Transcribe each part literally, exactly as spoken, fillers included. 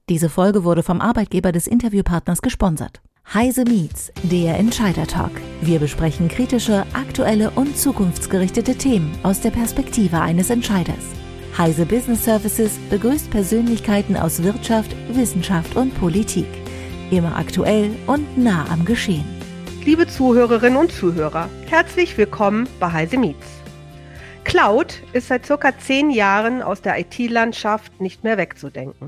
Diese Folge wurde vom Arbeitgeber des Interviewpartners gesponsert. Heise Meets, der Entscheider-Talk. Wir besprechen kritische, aktuelle und zukunftsgerichtete Themen aus der Perspektive eines Entscheiders. Heise Business Services begrüßt Persönlichkeiten aus Wirtschaft, Wissenschaft und Politik. Immer aktuell und nah am Geschehen. Liebe Zuhörerinnen und Zuhörer, herzlich willkommen bei Heise Meets. Cloud ist seit circa zehn Jahren aus der I T-Landschaft nicht mehr wegzudenken.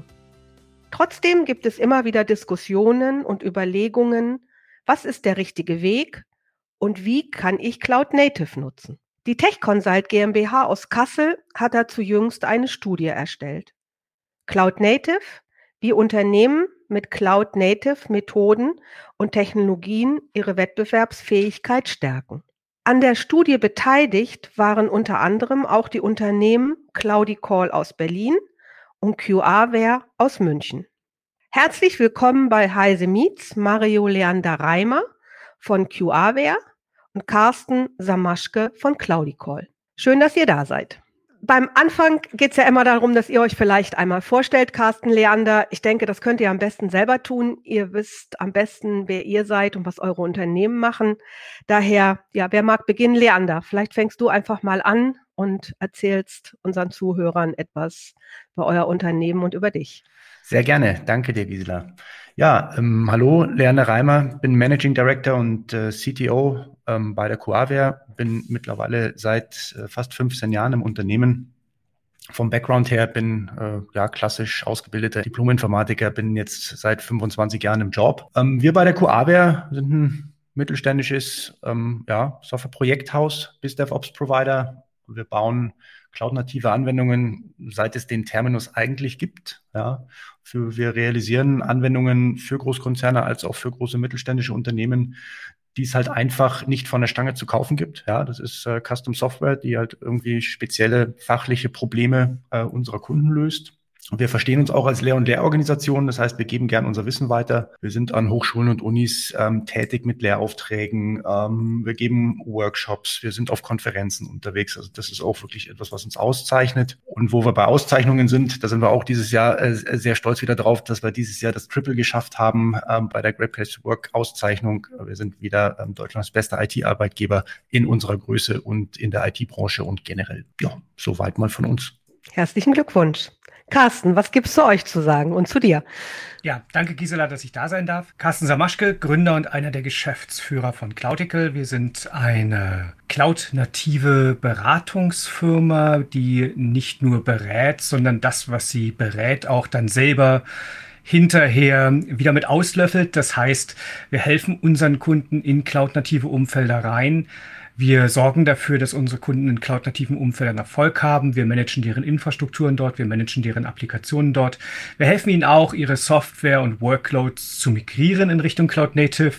Trotzdem gibt es immer wieder Diskussionen und Überlegungen, was ist der richtige Weg und wie kann ich Cloud Native nutzen? Die TechConsult GmbH aus Kassel hat dazu jüngst eine Studie erstellt. Cloud Native, wie Unternehmen mit Cloud Native Methoden und Technologien ihre Wettbewerbsfähigkeit stärken. An der Studie beteiligt waren unter anderem auch die Unternehmen Cloudicall aus Berlin und QAware aus München. Herzlich willkommen bei Heise Meets, Mario Leander Reimer von QAware und Carsten Samaschke von Cloudicall. Schön, dass ihr da seid. Beim Anfang geht es ja immer darum, dass ihr euch vielleicht einmal vorstellt, Carsten, Leander. Ich denke, das könnt ihr am besten selber tun. Ihr wisst am besten, wer ihr seid und was eure Unternehmen machen. Daher, ja, wer mag beginnen? Leander, vielleicht fängst du einfach mal an und erzählst unseren Zuhörern etwas über euer Unternehmen und über dich. Sehr gerne. Danke dir, Gisela. Ja, ähm, hallo, Leander Reimer, bin Managing Director und äh, C T O ähm, bei der QAware, bin mittlerweile seit äh, fast fünfzehn Jahren im Unternehmen. Vom Background her bin äh, ja klassisch ausgebildeter Diplom-Informatiker, bin jetzt seit fünfundzwanzig Jahren im Job. Ähm, wir bei der QAware sind ein mittelständisches ähm, ja, Software-Projekthaus, bis DevOps-Provider. Wir bauen cloud-native Anwendungen, seit es den Terminus eigentlich gibt. Ja, für, wir realisieren Anwendungen für Großkonzerne als auch für große mittelständische Unternehmen, die es halt einfach nicht von der Stange zu kaufen gibt. Ja, das ist äh, Custom Software, die halt irgendwie spezielle fachliche Probleme äh, unserer Kunden löst. Und wir verstehen uns auch als Lehr- und Lehrorganisation. Das heißt, wir geben gern unser Wissen weiter. Wir sind an Hochschulen und Unis ähm, tätig mit Lehraufträgen. Ähm, wir geben Workshops. Wir sind auf Konferenzen unterwegs. Also das ist auch wirklich etwas, was uns auszeichnet. Und wo wir bei Auszeichnungen sind, da sind wir auch dieses Jahr äh, sehr stolz wieder drauf, dass wir dieses Jahr das Triple geschafft haben ähm, bei der Great Place to Work Auszeichnung. Wir sind wieder ähm, Deutschlands bester I T-Arbeitgeber in unserer Größe und in der I T-Branche und generell. Ja, soweit mal von uns. Herzlichen Glückwunsch. Carsten, was gibt's zu euch zu sagen und zu dir? Ja, danke Gisela, dass ich da sein darf. Carsten Samaschke, Gründer und einer der Geschäftsführer von Cloudical. Wir sind eine cloud-native Beratungsfirma, die nicht nur berät, sondern das, was sie berät, auch dann selber hinterher wieder mit auslöffelt. Das heißt, wir helfen unseren Kunden in cloud-native Umfelder rein. Wir sorgen dafür, dass unsere Kunden in cloud-nativen Umfeldern Erfolg haben. Wir managen deren Infrastrukturen dort, wir managen deren Applikationen dort. Wir helfen ihnen auch, ihre Software und Workloads zu migrieren in Richtung Cloud-Native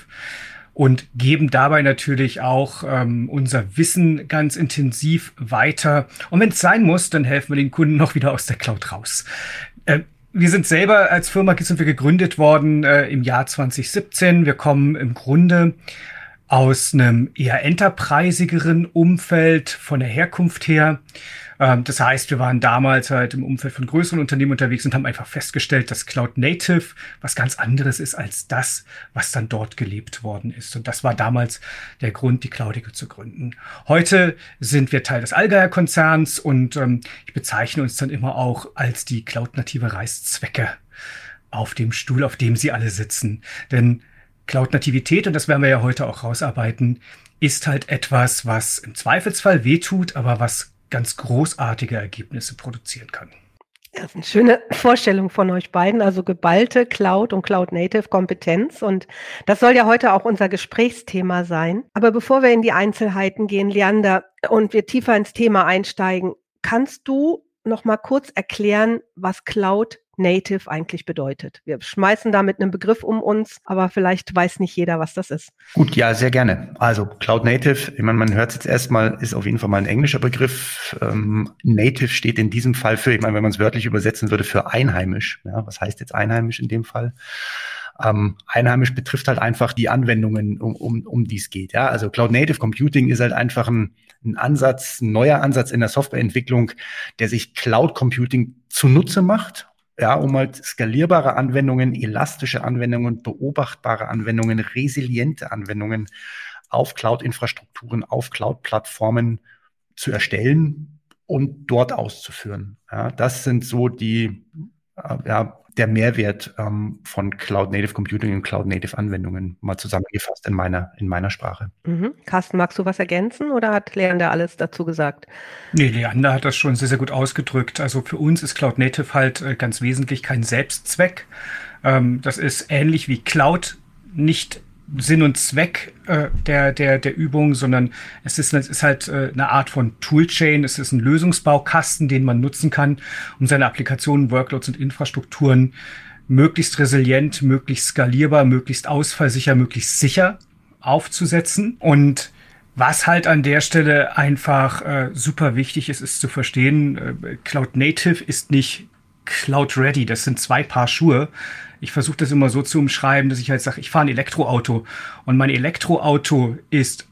und geben dabei natürlich auch ähm, unser Wissen ganz intensiv weiter. Und wenn es sein muss, dann helfen wir den Kunden noch wieder aus der Cloud raus. Äh, Wir sind selber als Firma sind wir gegründet worden äh, im Jahr zwanzig siebzehn. Wir kommen im Grunde aus einem eher enterprisigeren Umfeld von der Herkunft her. Ähm, das heißt, wir waren damals halt im Umfeld von größeren Unternehmen unterwegs und haben einfach festgestellt, dass Cloud Native was ganz anderes ist als das, was dann dort gelebt worden ist. Und das war damals der Grund, die Cloudical zu gründen. Heute sind wir Teil des Allgeier-Konzerns und ähm, ich bezeichne uns dann immer auch als die Cloud-native Reißzwecke auf dem Stuhl, auf dem sie alle sitzen. Denn Cloud-Nativität, und das werden wir ja heute auch rausarbeiten, ist halt etwas, was im Zweifelsfall wehtut, aber was ganz großartige Ergebnisse produzieren kann. Das ist eine schöne Vorstellung von euch beiden, also geballte Cloud- und Cloud-Native-Kompetenz. Und das soll ja heute auch unser Gesprächsthema sein. Aber bevor wir in die Einzelheiten gehen, Leander, und wir tiefer ins Thema einsteigen, kannst du noch mal kurz erklären, was Cloud Native eigentlich bedeutet? Wir schmeißen da mit einem Begriff um uns, aber vielleicht weiß nicht jeder, was das ist. Gut, ja, sehr gerne. Also Cloud Native, ich meine, man hört es jetzt erstmal, ist auf jeden Fall mal ein englischer Begriff. Ähm, Native steht in diesem Fall für, ich meine, wenn man es wörtlich übersetzen würde, für einheimisch. Ja, was heißt jetzt einheimisch in dem Fall? Ähm, einheimisch betrifft halt einfach die Anwendungen, um, um, um die es geht. Ja, also Cloud Native Computing ist halt einfach ein, ein Ansatz, ein neuer Ansatz in der Softwareentwicklung, der sich Cloud Computing zunutze macht ja, um halt skalierbare Anwendungen, elastische Anwendungen, beobachtbare Anwendungen, resiliente Anwendungen auf Cloud-Infrastrukturen, auf Cloud-Plattformen zu erstellen und dort auszuführen. Ja, das sind so die, äh, ja, der Mehrwert ähm, von Cloud Native Computing und Cloud Native Anwendungen, mal zusammengefasst in meiner, in meiner Sprache. Mhm. Carsten, magst du was ergänzen oder hat Leander alles dazu gesagt? Nee, Leander hat das schon sehr, sehr gut ausgedrückt. Also für uns ist Cloud Native halt äh, ganz wesentlich kein Selbstzweck. Ähm, das ist ähnlich wie Cloud nicht Sinn und Zweck äh, der, der, der Übung, sondern es ist, es ist halt äh, eine Art von Toolchain. Es ist ein Lösungsbaukasten, den man nutzen kann, um seine Applikationen, Workloads und Infrastrukturen möglichst resilient, möglichst skalierbar, möglichst ausfallsicher, möglichst sicher aufzusetzen. Und was halt an der Stelle einfach äh, super wichtig ist, ist zu verstehen, äh, Cloud Native ist nicht Cloud Ready. Das sind zwei Paar Schuhe. Ich versuche das immer so zu umschreiben, dass ich halt sage, ich fahre ein Elektroauto und mein Elektroauto ist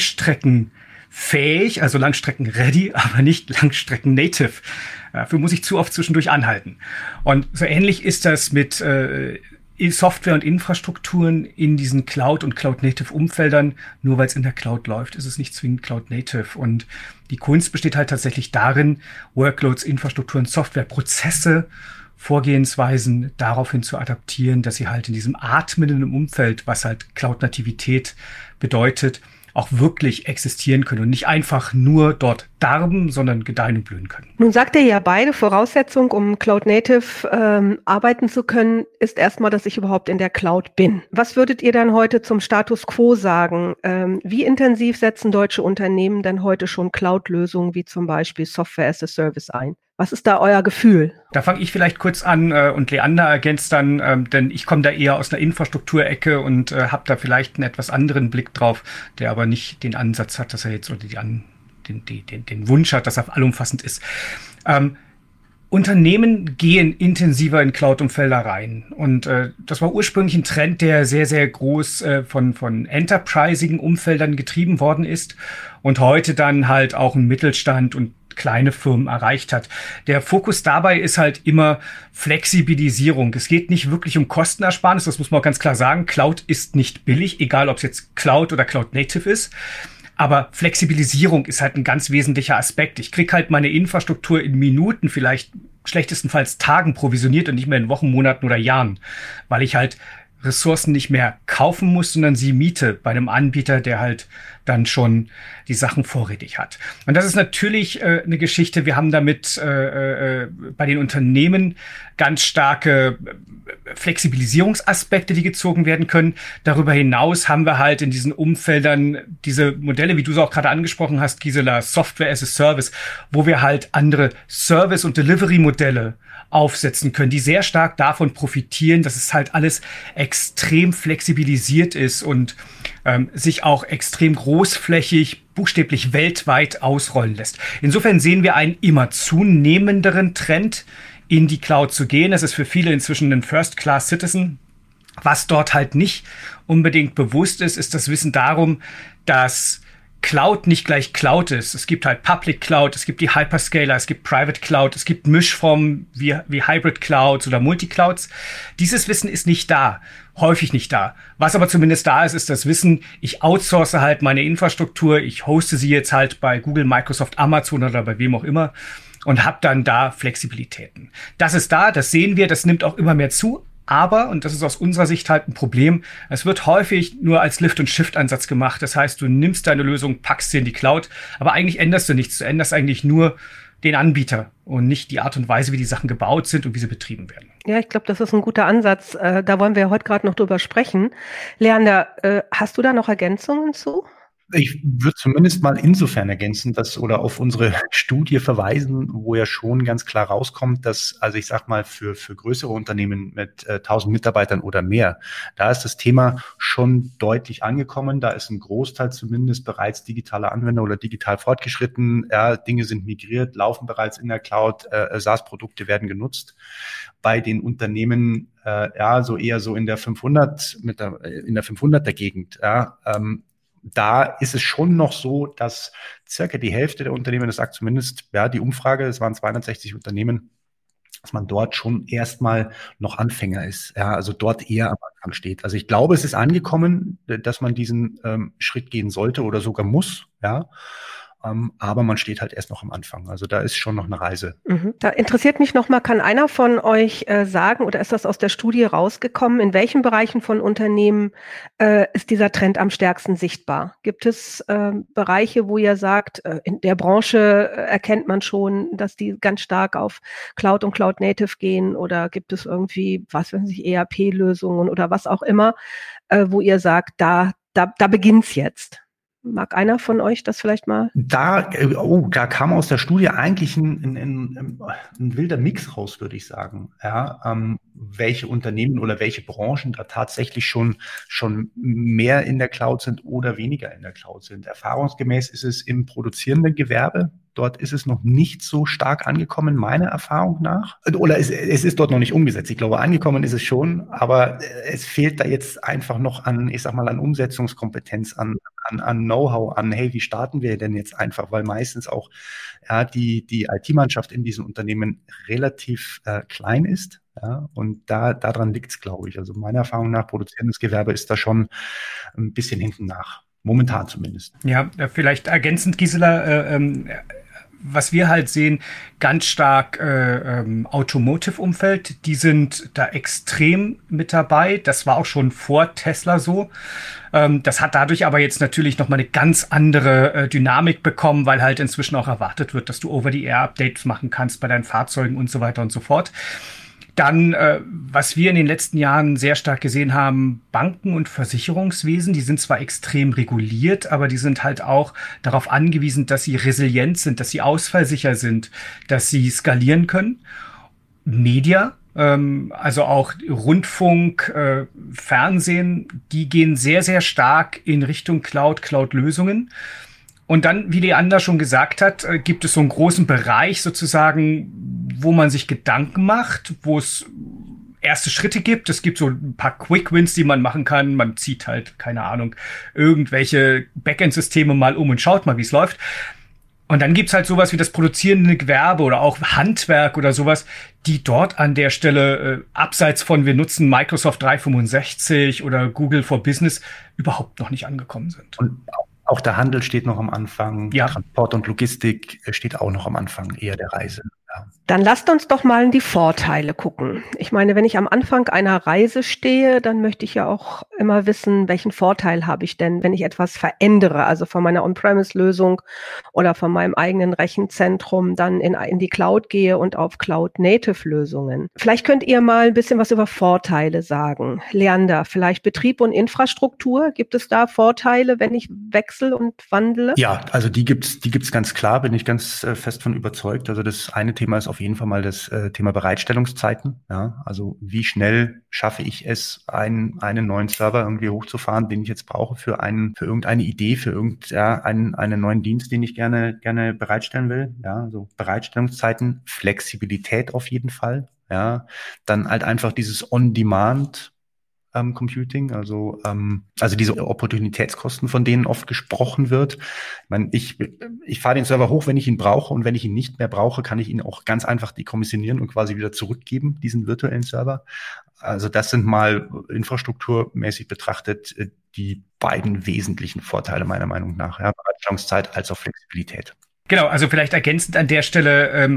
langstreckenfähig, also Langstrecken-ready, aber nicht Langstrecken-native. Dafür muss ich zu oft zwischendurch anhalten. Und so ähnlich ist das mit äh, Software und Infrastrukturen in diesen Cloud- und Cloud-Native-Umfeldern. Nur weil es in der Cloud läuft, ist es nicht zwingend Cloud-Native. Und die Kunst besteht halt tatsächlich darin, Workloads, Infrastrukturen, Software, Prozesse, Vorgehensweisen daraufhin zu adaptieren, dass sie halt in diesem atmenden Umfeld, was halt Cloud-Nativität bedeutet, auch wirklich existieren können und nicht einfach nur dort darben, sondern gedeihen und blühen können. Nun sagt ihr ja beide, Voraussetzung, um Cloud Native ähm, arbeiten zu können, ist erstmal, dass ich überhaupt in der Cloud bin. Was würdet ihr dann heute zum Status Quo sagen? Ähm, wie intensiv setzen deutsche Unternehmen denn heute schon Cloud-Lösungen wie zum Beispiel Software as a Service ein? Was ist da euer Gefühl? Da fange ich vielleicht kurz an äh, und Leander ergänzt dann, ähm, denn ich komme da eher aus einer Infrastrukturecke und äh, habe da vielleicht einen etwas anderen Blick drauf, der aber nicht den Ansatz hat, dass er jetzt oder die an, den, den, den, den Wunsch hat, dass er allumfassend ist. Ähm, Unternehmen gehen intensiver in Cloud-Umfelder rein. Und äh, das war ursprünglich ein Trend, der sehr, sehr groß äh, von, von enterprisigen Umfeldern getrieben worden ist und heute dann halt auch ein Mittelstand und kleine Firmen erreicht hat. Der Fokus dabei ist halt immer Flexibilisierung. Es geht nicht wirklich um Kostenersparnis, das muss man auch ganz klar sagen. Cloud ist nicht billig, egal ob es jetzt Cloud oder Cloud Native ist. Aber Flexibilisierung ist halt ein ganz wesentlicher Aspekt. Ich krieg halt meine Infrastruktur in Minuten, vielleicht schlechtestenfalls Tagen provisioniert und nicht mehr in Wochen, Monaten oder Jahren, weil ich halt Ressourcen nicht mehr kaufen muss, sondern sie miete bei einem Anbieter, der halt dann schon die Sachen vorrätig hat. Und das ist natürlich äh, eine Geschichte. Wir haben damit äh, äh, bei den Unternehmen ganz starke Flexibilisierungsaspekte, die gezogen werden können. Darüber hinaus haben wir halt in diesen Umfeldern diese Modelle, wie du es auch gerade angesprochen hast, Gisela, Software as a Service, wo wir halt andere Service- und Delivery-Modelle aufsetzen können, die sehr stark davon profitieren, dass es halt alles extrem flexibilisiert ist und ähm, sich auch extrem großflächig, buchstäblich weltweit ausrollen lässt. Insofern sehen wir einen immer zunehmenderen Trend, in die Cloud zu gehen. Das ist für viele inzwischen ein First-Class-Citizen. Was dort halt nicht unbedingt bewusst ist, ist das Wissen darum, dass Cloud nicht gleich Cloud ist. Es gibt halt Public Cloud, es gibt die Hyperscaler, es gibt Private Cloud, es gibt Mischformen wie, wie Hybrid Clouds oder Multiclouds. Dieses Wissen ist nicht da, häufig nicht da. Was aber zumindest da ist, ist das Wissen, ich outsource halt meine Infrastruktur, ich hoste sie jetzt halt bei Google, Microsoft, Amazon oder bei wem auch immer und habe dann da Flexibilitäten. Das ist da, das sehen wir, das nimmt auch immer mehr zu. Aber, und das ist aus unserer Sicht halt ein Problem, es wird häufig nur als Lift- und Shift-Ansatz gemacht. Das heißt, du nimmst deine Lösung, packst sie in die Cloud, aber eigentlich änderst du nichts. Du änderst eigentlich nur den Anbieter und nicht die Art und Weise, wie die Sachen gebaut sind und wie sie betrieben werden. Ja, ich glaube, das ist ein guter Ansatz. Äh, da wollen wir heute gerade noch drüber sprechen. Leander, äh, hast du da noch Ergänzungen zu? Ich würde zumindest mal insofern ergänzen, dass oder auf unsere Studie verweisen, wo ja schon ganz klar rauskommt, dass, also ich sag mal, für, für größere Unternehmen mit äh, tausend Mitarbeitern oder mehr, da ist das Thema schon deutlich angekommen. Da ist ein Großteil zumindest bereits digitaler Anwender oder digital fortgeschritten. Ja, Dinge sind migriert, laufen bereits in der Cloud, äh, SaaS-Produkte werden genutzt. Bei den Unternehmen, äh, ja, so eher so in der fünfhundert, mit der, in der fünfhunderter Gegend, ja, ähm, da ist es schon noch so, dass circa die Hälfte der Unternehmen, das sagt zumindest ja die Umfrage, es waren zweihundertsechzig Unternehmen, dass man dort schon erstmal noch Anfänger ist, ja, also dort eher am Anfang steht. Also ich glaube, es ist angekommen, dass man diesen ähm, Schritt gehen sollte oder sogar muss, ja. Um, aber man steht halt erst noch am Anfang. Also da ist schon noch eine Reise. Mhm. Da interessiert mich nochmal, kann einer von euch äh, sagen, oder ist das aus der Studie rausgekommen, in welchen Bereichen von Unternehmen äh, ist dieser Trend am stärksten sichtbar? Gibt es äh, Bereiche, wo ihr sagt, äh, in der Branche äh, erkennt man schon, dass die ganz stark auf Cloud und Cloud Native gehen, oder gibt es irgendwie, was weiß ich, E R P-Lösungen oder was auch immer, äh, wo ihr sagt, da, da, da beginnt's jetzt? Mag einer von euch das vielleicht mal? Da, oh, da kam aus der Studie eigentlich ein, ein, ein, ein wilder Mix raus, würde ich sagen. Ja, ähm, welche Unternehmen oder welche Branchen da tatsächlich schon, schon mehr in der Cloud sind oder weniger in der Cloud sind. Erfahrungsgemäß ist es im produzierenden Gewerbe. Dort ist es noch nicht so stark angekommen, meiner Erfahrung nach. Oder es, es ist dort noch nicht umgesetzt. Ich glaube, angekommen ist es schon, aber es fehlt da jetzt einfach noch an, ich sag mal, an Umsetzungskompetenz, an, an, an Know-how, an, hey, wie starten wir denn jetzt einfach? Weil meistens auch ja, die, die I T-Mannschaft in diesen Unternehmen relativ äh, klein ist. Ja, und da daran liegt es, glaube ich. Also meiner Erfahrung nach, produzierendes Gewerbe ist da schon ein bisschen hinten nach. Momentan zumindest. Ja, vielleicht ergänzend, Gisela, äh, ähm, was wir halt sehen, ganz stark äh, ähm, Automotive-Umfeld, die sind da extrem mit dabei. Das war auch schon vor Tesla so. Ähm, das hat dadurch aber jetzt natürlich nochmal eine ganz andere äh, Dynamik bekommen, weil halt inzwischen auch erwartet wird, dass du Over-the-Air-Updates machen kannst bei deinen Fahrzeugen und so weiter und so fort. Dann, äh, was wir in den letzten Jahren sehr stark gesehen haben, Banken und Versicherungswesen, die sind zwar extrem reguliert, aber die sind halt auch darauf angewiesen, dass sie resilient sind, dass sie ausfallsicher sind, dass sie skalieren können. Media, ähm, also auch Rundfunk, äh, Fernsehen, die gehen sehr, sehr stark in Richtung Cloud, Cloud-Lösungen. Und dann, wie Leander schon gesagt hat, gibt es so einen großen Bereich sozusagen, wo man sich Gedanken macht, wo es erste Schritte gibt. Es gibt so ein paar Quick Wins, die man machen kann. Man zieht halt, keine Ahnung, irgendwelche Backend-Systeme mal um und schaut mal, wie es läuft. Und dann gibt's halt sowas wie das produzierende Gewerbe oder auch Handwerk oder sowas, die dort an der Stelle, äh, abseits von wir nutzen Microsoft dreihundertfünfundsechzig oder Google for Business, überhaupt noch nicht angekommen sind. Und auch der Handel steht noch am Anfang, ja. Transport und Logistik steht auch noch am Anfang eher der Reise. Ja. Dann lasst uns doch mal in die Vorteile gucken. Ich meine, wenn ich am Anfang einer Reise stehe, dann möchte ich ja auch immer wissen, welchen Vorteil habe ich denn, wenn ich etwas verändere, also von meiner On-Premise-Lösung oder von meinem eigenen Rechenzentrum dann in, in die Cloud gehe und auf Cloud-Native-Lösungen. Vielleicht könnt ihr mal ein bisschen was über Vorteile sagen. Leander, vielleicht Betrieb und Infrastruktur, gibt es da Vorteile, wenn ich wechsle und wandle? Ja, also die gibt's, die gibt's ganz klar, bin ich ganz äh, fest von überzeugt. Also das eine Thema ist auf jeden Fall mal das äh, Thema Bereitstellungszeiten. Ja, also wie schnell schaffe ich es, einen, einen neuen Server irgendwie hochzufahren, den ich jetzt brauche für einen, für irgendeine Idee, für irgendeinen ja, einen, einen neuen Dienst, den ich gerne, gerne bereitstellen will. Ja, so Bereitstellungszeiten, Flexibilität auf jeden Fall. Ja, dann halt einfach dieses On-Demand. Ähm, Computing, also ähm, also diese Opportunitätskosten, von denen oft gesprochen wird. Ich meine, ich, ich fahre den Server hoch, wenn ich ihn brauche, und wenn ich ihn nicht mehr brauche, kann ich ihn auch ganz einfach dekommissionieren und quasi wieder zurückgeben, diesen virtuellen Server. Also das sind mal infrastrukturmäßig betrachtet die beiden wesentlichen Vorteile meiner Meinung nach, ja, Bereitstellungszeit als auch Flexibilität. Genau, also vielleicht ergänzend an der Stelle, ähm,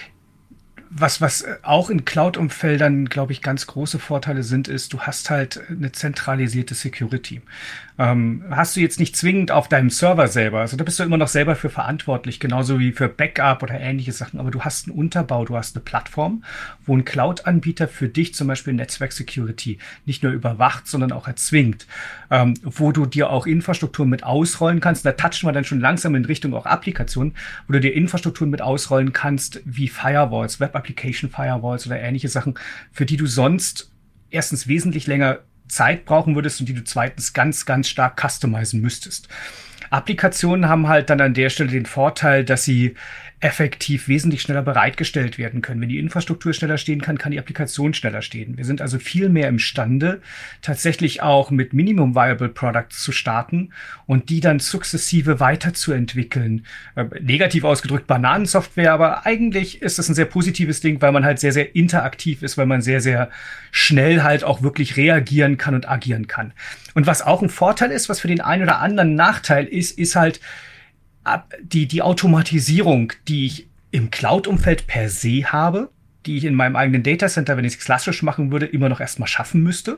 Was, was auch in Cloud-Umfeldern, glaube ich, ganz große Vorteile sind, ist, du hast halt eine zentralisierte Security. Ähm, hast du jetzt nicht zwingend auf deinem Server selber, also da bist du immer noch selber für verantwortlich, genauso wie für Backup oder ähnliche Sachen, aber du hast einen Unterbau, du hast eine Plattform, wo ein Cloud-Anbieter für dich zum Beispiel Netzwerk-Security nicht nur überwacht, sondern auch erzwingt, ähm, wo du dir auch Infrastrukturen mit ausrollen kannst. Da touchen wir dann schon langsam in Richtung auch Applikationen, wo du dir Infrastrukturen mit ausrollen kannst, wie Firewalls, Web Application Firewalls oder ähnliche Sachen, für die du sonst erstens wesentlich länger Zeit brauchen würdest und die du zweitens ganz, ganz stark customizen müsstest. Applikationen haben halt dann an der Stelle den Vorteil, dass sie effektiv wesentlich schneller bereitgestellt werden können. Wenn die Infrastruktur schneller stehen kann, kann die Applikation schneller stehen. Wir sind also viel mehr imstande, tatsächlich auch mit Minimum Viable Products zu starten und die dann sukzessive weiterzuentwickeln. Äh, negativ ausgedrückt Bananensoftware, aber eigentlich ist das ein sehr positives Ding, weil man halt sehr, sehr interaktiv ist, weil man sehr, sehr schnell halt auch wirklich reagieren kann und agieren kann. Und was auch ein Vorteil ist, was für den einen oder anderen Nachteil ist, ist halt, Die, die Automatisierung, die ich im Cloud-Umfeld per se habe, die ich in meinem eigenen Datacenter, wenn ich es klassisch machen würde, immer noch erstmal schaffen müsste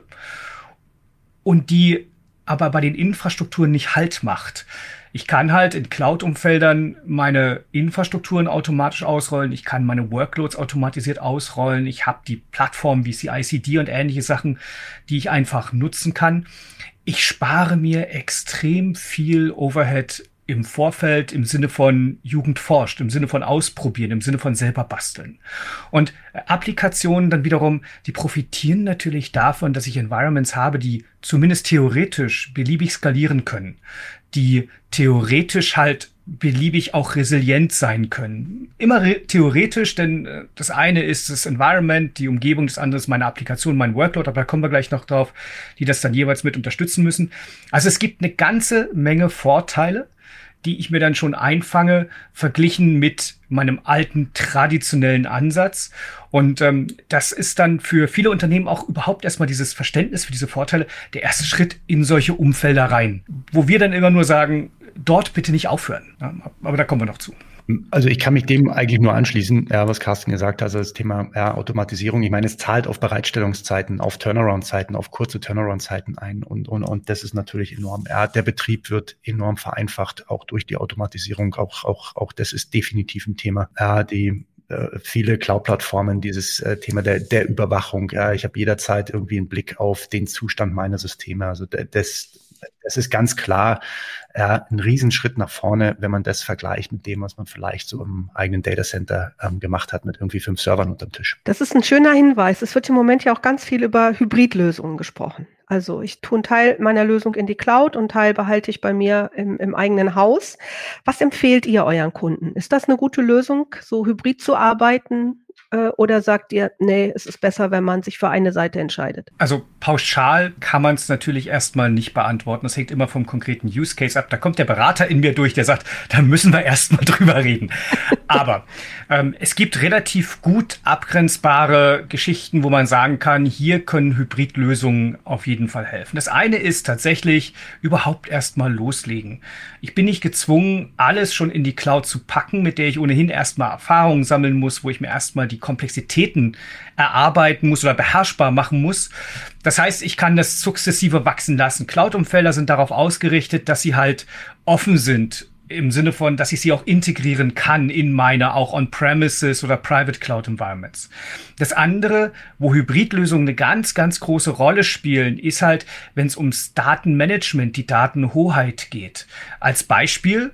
und die aber bei den Infrastrukturen nicht Halt macht. Ich kann halt in Cloud-Umfeldern meine Infrastrukturen automatisch ausrollen, ich kann meine Workloads automatisiert ausrollen, ich habe die Plattformen wie C I C D und ähnliche Sachen, die ich einfach nutzen kann. Ich spare mir extrem viel Overhead im Vorfeld, im Sinne von Jugend forscht, im Sinne von ausprobieren, im Sinne von selber basteln. Und Applikationen dann wiederum, die profitieren natürlich davon, dass ich Environments habe, die zumindest theoretisch beliebig skalieren können, die theoretisch halt beliebig auch resilient sein können. Immer theoretisch, denn das eine ist das Environment, die Umgebung, das andere ist meine Applikation, mein Workload, aber da kommen wir gleich noch drauf, die das dann jeweils mit unterstützen müssen. Also es gibt eine ganze Menge Vorteile, die ich mir dann schon einfange, verglichen mit meinem alten traditionellen Ansatz. Und ähm, das ist dann für viele Unternehmen auch überhaupt erstmal dieses Verständnis für diese Vorteile, der erste Schritt in solche Umfelder rein, wo wir dann immer nur sagen, dort bitte nicht aufhören. Ja, aber da kommen wir noch zu. Also ich kann mich dem eigentlich nur anschließen, ja, was Carsten gesagt hat, also das Thema ja, Automatisierung. Ich meine, es zahlt auf Bereitstellungszeiten, auf Turnaround-Zeiten, auf kurze Turnaround-Zeiten ein und, und, und das ist natürlich enorm. Ja, der Betrieb wird enorm vereinfacht, auch durch die Automatisierung. Auch, auch, auch das ist definitiv ein Thema. Ja, die äh, viele Cloud-Plattformen, dieses äh, Thema der, der Überwachung. Ja, ich habe jederzeit irgendwie einen Blick auf den Zustand meiner Systeme. Also das Das ist ganz klar äh, ein Riesenschritt nach vorne, wenn man das vergleicht mit dem, was man vielleicht so im eigenen Datacenter ähm, gemacht hat, mit irgendwie fünf Servern unterm Tisch. Das ist ein schöner Hinweis. Es wird im Moment ja auch ganz viel über Hybridlösungen gesprochen. Also ich tue einen Teil meiner Lösung in die Cloud und einen Teil behalte ich bei mir im, im eigenen Haus. Was empfehlt ihr euren Kunden? Ist das eine gute Lösung, so hybrid zu arbeiten? Oder sagt ihr, nee, es ist besser, wenn man sich für eine Seite entscheidet? Also pauschal kann man es natürlich erstmal nicht beantworten. Das hängt immer vom konkreten Use Case ab. Da kommt der Berater in mir durch, der sagt, da müssen wir erstmal drüber reden. Aber ähm, es gibt relativ gut abgrenzbare Geschichten, wo man sagen kann, hier können Hybridlösungen auf jeden Fall helfen. Das eine ist tatsächlich überhaupt erstmal loslegen. Ich bin nicht gezwungen, alles schon in die Cloud zu packen, mit der ich ohnehin erstmal Erfahrungen sammeln muss, wo ich mir erstmal die Komplexitäten erarbeiten muss oder beherrschbar machen muss. Das heißt, ich kann das sukzessive wachsen lassen. Cloud-Umfelder sind darauf ausgerichtet, dass sie halt offen sind, im Sinne von, dass ich sie auch integrieren kann in meine auch On-Premises oder Private Cloud Environments. Das andere, wo Hybridlösungen eine ganz, ganz große Rolle spielen, ist halt, wenn es ums Datenmanagement, die Datenhoheit geht. Als Beispiel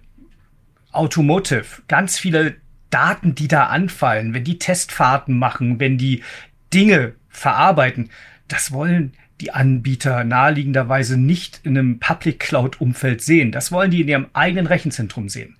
Automotive. Ganz viele Daten, die da anfallen, wenn die Testfahrten machen, wenn die Dinge verarbeiten, das wollen die Anbieter naheliegenderweise nicht in einem Public Cloud Umfeld sehen. Das wollen die in ihrem eigenen Rechenzentrum sehen.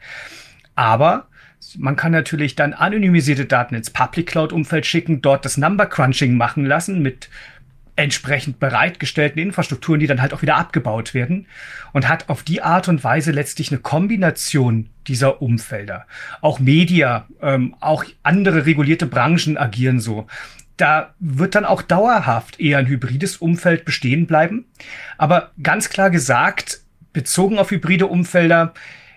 Aber man kann natürlich dann anonymisierte Daten ins Public Cloud Umfeld schicken, dort das Number Crunching machen lassen mit entsprechend bereitgestellten Infrastrukturen, die dann halt auch wieder abgebaut werden und hat auf die Art und Weise letztlich eine Kombination dieser Umfelder. Auch Media, ähm, auch andere regulierte Branchen agieren so. Da wird dann auch dauerhaft eher ein hybrides Umfeld bestehen bleiben. Aber ganz klar gesagt, bezogen auf hybride Umfelder,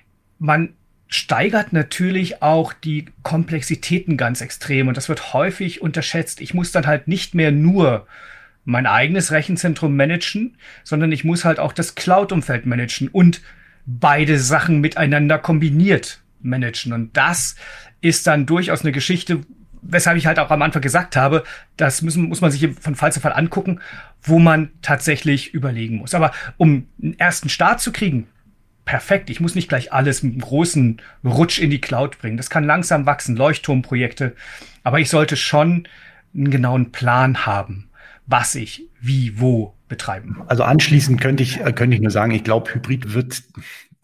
man steigert natürlich auch die Komplexitäten ganz extrem und das wird häufig unterschätzt. Ich muss dann halt nicht mehr nur mein eigenes Rechenzentrum managen, sondern ich muss halt auch das Cloud-Umfeld managen und beide Sachen miteinander kombiniert managen. Und das ist dann durchaus eine Geschichte, weshalb ich halt auch am Anfang gesagt habe, das müssen, muss man sich von Fall zu Fall angucken, wo man tatsächlich überlegen muss. Aber um einen ersten Start zu kriegen, perfekt. Ich muss nicht gleich alles mit einem großen Rutsch in die Cloud bringen. Das kann langsam wachsen, Leuchtturmprojekte. Aber ich sollte schon einen genauen Plan haben, was ich wie, wo betreiben. Also anschließend könnte ich, könnte ich nur sagen, ich glaube, Hybrid wird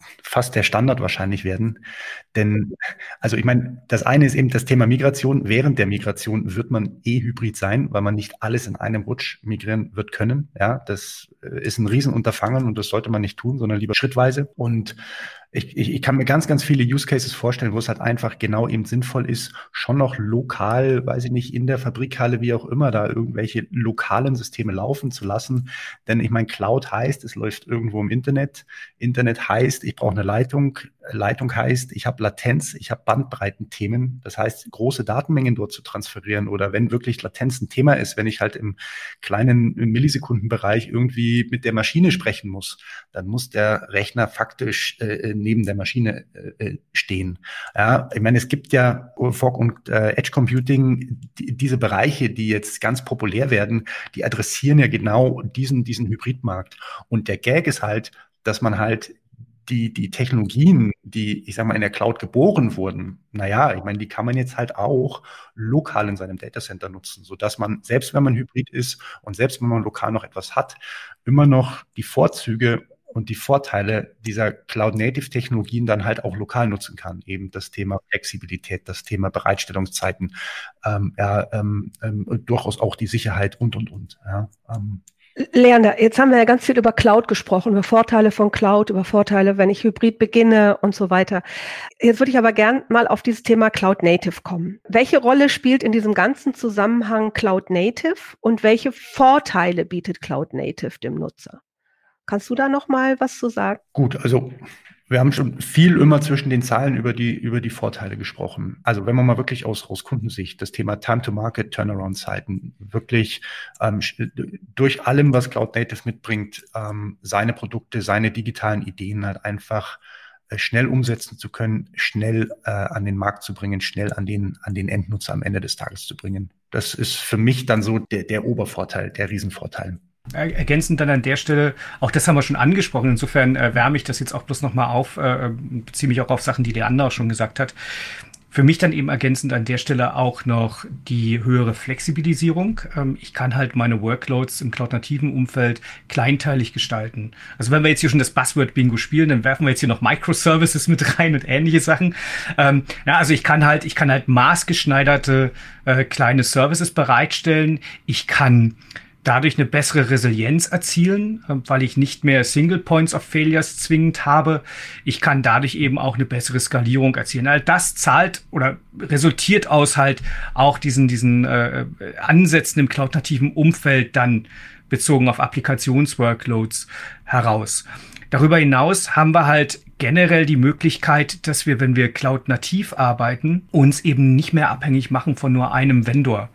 fast der Standard wahrscheinlich werden. Denn, also ich meine, das eine ist eben das Thema Migration. Während der Migration wird man eh hybrid sein, weil man nicht alles in einem Rutsch migrieren wird können. Ja, das ist ein Riesenunterfangen und das sollte man nicht tun, sondern lieber schrittweise. Und Ich, ich, ich kann mir ganz, ganz viele Use Cases vorstellen, wo es halt einfach genau eben sinnvoll ist, schon noch lokal, weiß ich nicht, in der Fabrikhalle, wie auch immer, da irgendwelche lokalen Systeme laufen zu lassen. Denn ich meine, Cloud heißt, es läuft irgendwo im Internet. Internet heißt, ich brauche eine Leitung. Leitung heißt, ich habe Latenz, ich habe Bandbreitenthemen. Das heißt, große Datenmengen dort zu transferieren oder wenn wirklich Latenz ein Thema ist, wenn ich halt im kleinen Millisekundenbereich irgendwie mit der Maschine sprechen muss, dann muss der Rechner faktisch äh, neben der Maschine äh, stehen. Ja, ich meine, es gibt ja Fog und äh, Edge Computing, die, diese Bereiche, die jetzt ganz populär werden, die adressieren ja genau diesen, diesen Hybridmarkt. Und der Gag ist halt, dass man halt die, die Technologien, die, ich sag mal, in der Cloud geboren wurden, naja, ich meine, die kann man jetzt halt auch lokal in seinem Datacenter nutzen, sodass man, selbst wenn man hybrid ist und selbst wenn man lokal noch etwas hat, immer noch die Vorzüge und die Vorteile dieser Cloud-Native-Technologien dann halt auch lokal nutzen kann. Eben das Thema Flexibilität, das Thema Bereitstellungszeiten, ähm, ja, ähm, ähm, durchaus auch die Sicherheit und, und, und. Ja, ähm. Leander, jetzt haben wir ja ganz viel über Cloud gesprochen, über Vorteile von Cloud, über Vorteile, wenn ich hybrid beginne und so weiter. Jetzt würde ich aber gern mal auf dieses Thema Cloud Native kommen. Welche Rolle spielt in diesem ganzen Zusammenhang Cloud Native und welche Vorteile bietet Cloud Native dem Nutzer? Kannst du da noch mal was zu sagen? Gut, also wir haben schon viel immer zwischen den Zeilen über die, über die Vorteile gesprochen. Also wenn man mal wirklich aus, aus Kundensicht das Thema Time-to-Market, Turnaround-Zeiten wirklich ähm, durch allem, was Cloud Native mitbringt, ähm, seine Produkte, seine digitalen Ideen halt einfach äh, schnell umsetzen zu können, schnell äh, an den Markt zu bringen, schnell an den, an den Endnutzer am Ende des Tages zu bringen. Das ist für mich dann so der, der Obervorteil, der Riesenvorteil. Ergänzend dann an der Stelle, auch das haben wir schon angesprochen, insofern äh, wärme ich das jetzt auch bloß nochmal auf, äh, beziehe mich auch auf Sachen, die der andere auch schon gesagt hat. Für mich dann eben ergänzend an der Stelle auch noch die höhere Flexibilisierung. Ähm, ich kann halt meine Workloads im cloud-nativen Umfeld kleinteilig gestalten. Also wenn wir jetzt hier schon das Buzzword-Bingo spielen, dann werfen wir jetzt hier noch Microservices mit rein und ähnliche Sachen. Ähm, ja, also ich kann halt, ich kann halt maßgeschneiderte äh, kleine Services bereitstellen. Ich kann dadurch eine bessere Resilienz erzielen, weil ich nicht mehr Single Points of Failures zwingend habe. Ich kann dadurch eben auch eine bessere Skalierung erzielen. All das zahlt oder resultiert aus halt auch diesen, diesen äh, Ansätzen im cloud-nativen Umfeld dann bezogen auf Applikationsworkloads heraus. Darüber hinaus haben wir halt generell die Möglichkeit, dass wir, wenn wir cloud-nativ arbeiten, uns eben nicht mehr abhängig machen von nur einem Vendor.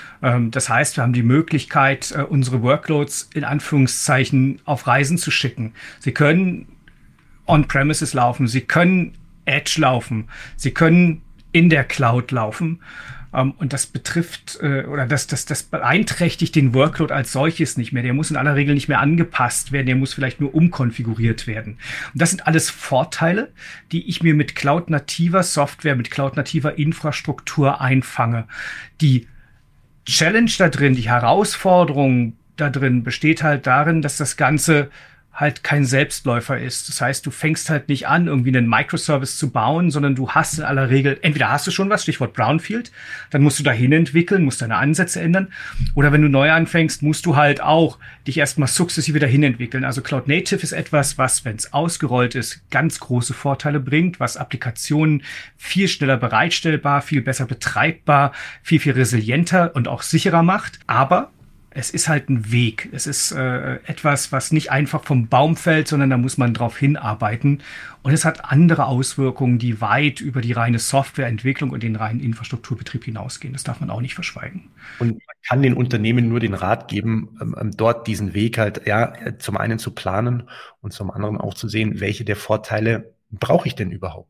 Das heißt, wir haben die Möglichkeit, unsere Workloads in Anführungszeichen auf Reisen zu schicken. Sie können on-premises laufen, sie können Edge laufen, sie können in der Cloud laufen. Und das betrifft oder das, das, das beeinträchtigt den Workload als solches nicht mehr. Der muss in aller Regel nicht mehr angepasst werden, der muss vielleicht nur umkonfiguriert werden. Und das sind alles Vorteile, die ich mir mit cloud-nativer Software, mit cloud-nativer Infrastruktur einfange, die Challenge da drin, die Herausforderung da drin besteht halt darin, dass das Ganze halt kein Selbstläufer ist. Das heißt, du fängst halt nicht an, irgendwie einen Microservice zu bauen, sondern du hast in aller Regel, entweder hast du schon was, Stichwort Brownfield, dann musst du dahin entwickeln, musst deine Ansätze ändern. Oder wenn du neu anfängst, musst du halt auch dich erstmal sukzessive dahin entwickeln. Also Cloud Native ist etwas, was, wenn es ausgerollt ist, ganz große Vorteile bringt, was Applikationen viel schneller bereitstellbar, viel besser betreibbar, viel, viel resilienter und auch sicherer macht. Aber es ist halt ein Weg. Es ist äh, etwas, was nicht einfach vom Baum fällt, sondern da muss man drauf hinarbeiten. Und es hat andere Auswirkungen, die weit über die reine Softwareentwicklung und den reinen Infrastrukturbetrieb hinausgehen. Das darf man auch nicht verschweigen. Und man kann den Unternehmen nur den Rat geben, ähm, dort diesen Weg halt, ja, zum einen zu planen und zum anderen auch zu sehen, welche der Vorteile brauche ich denn überhaupt?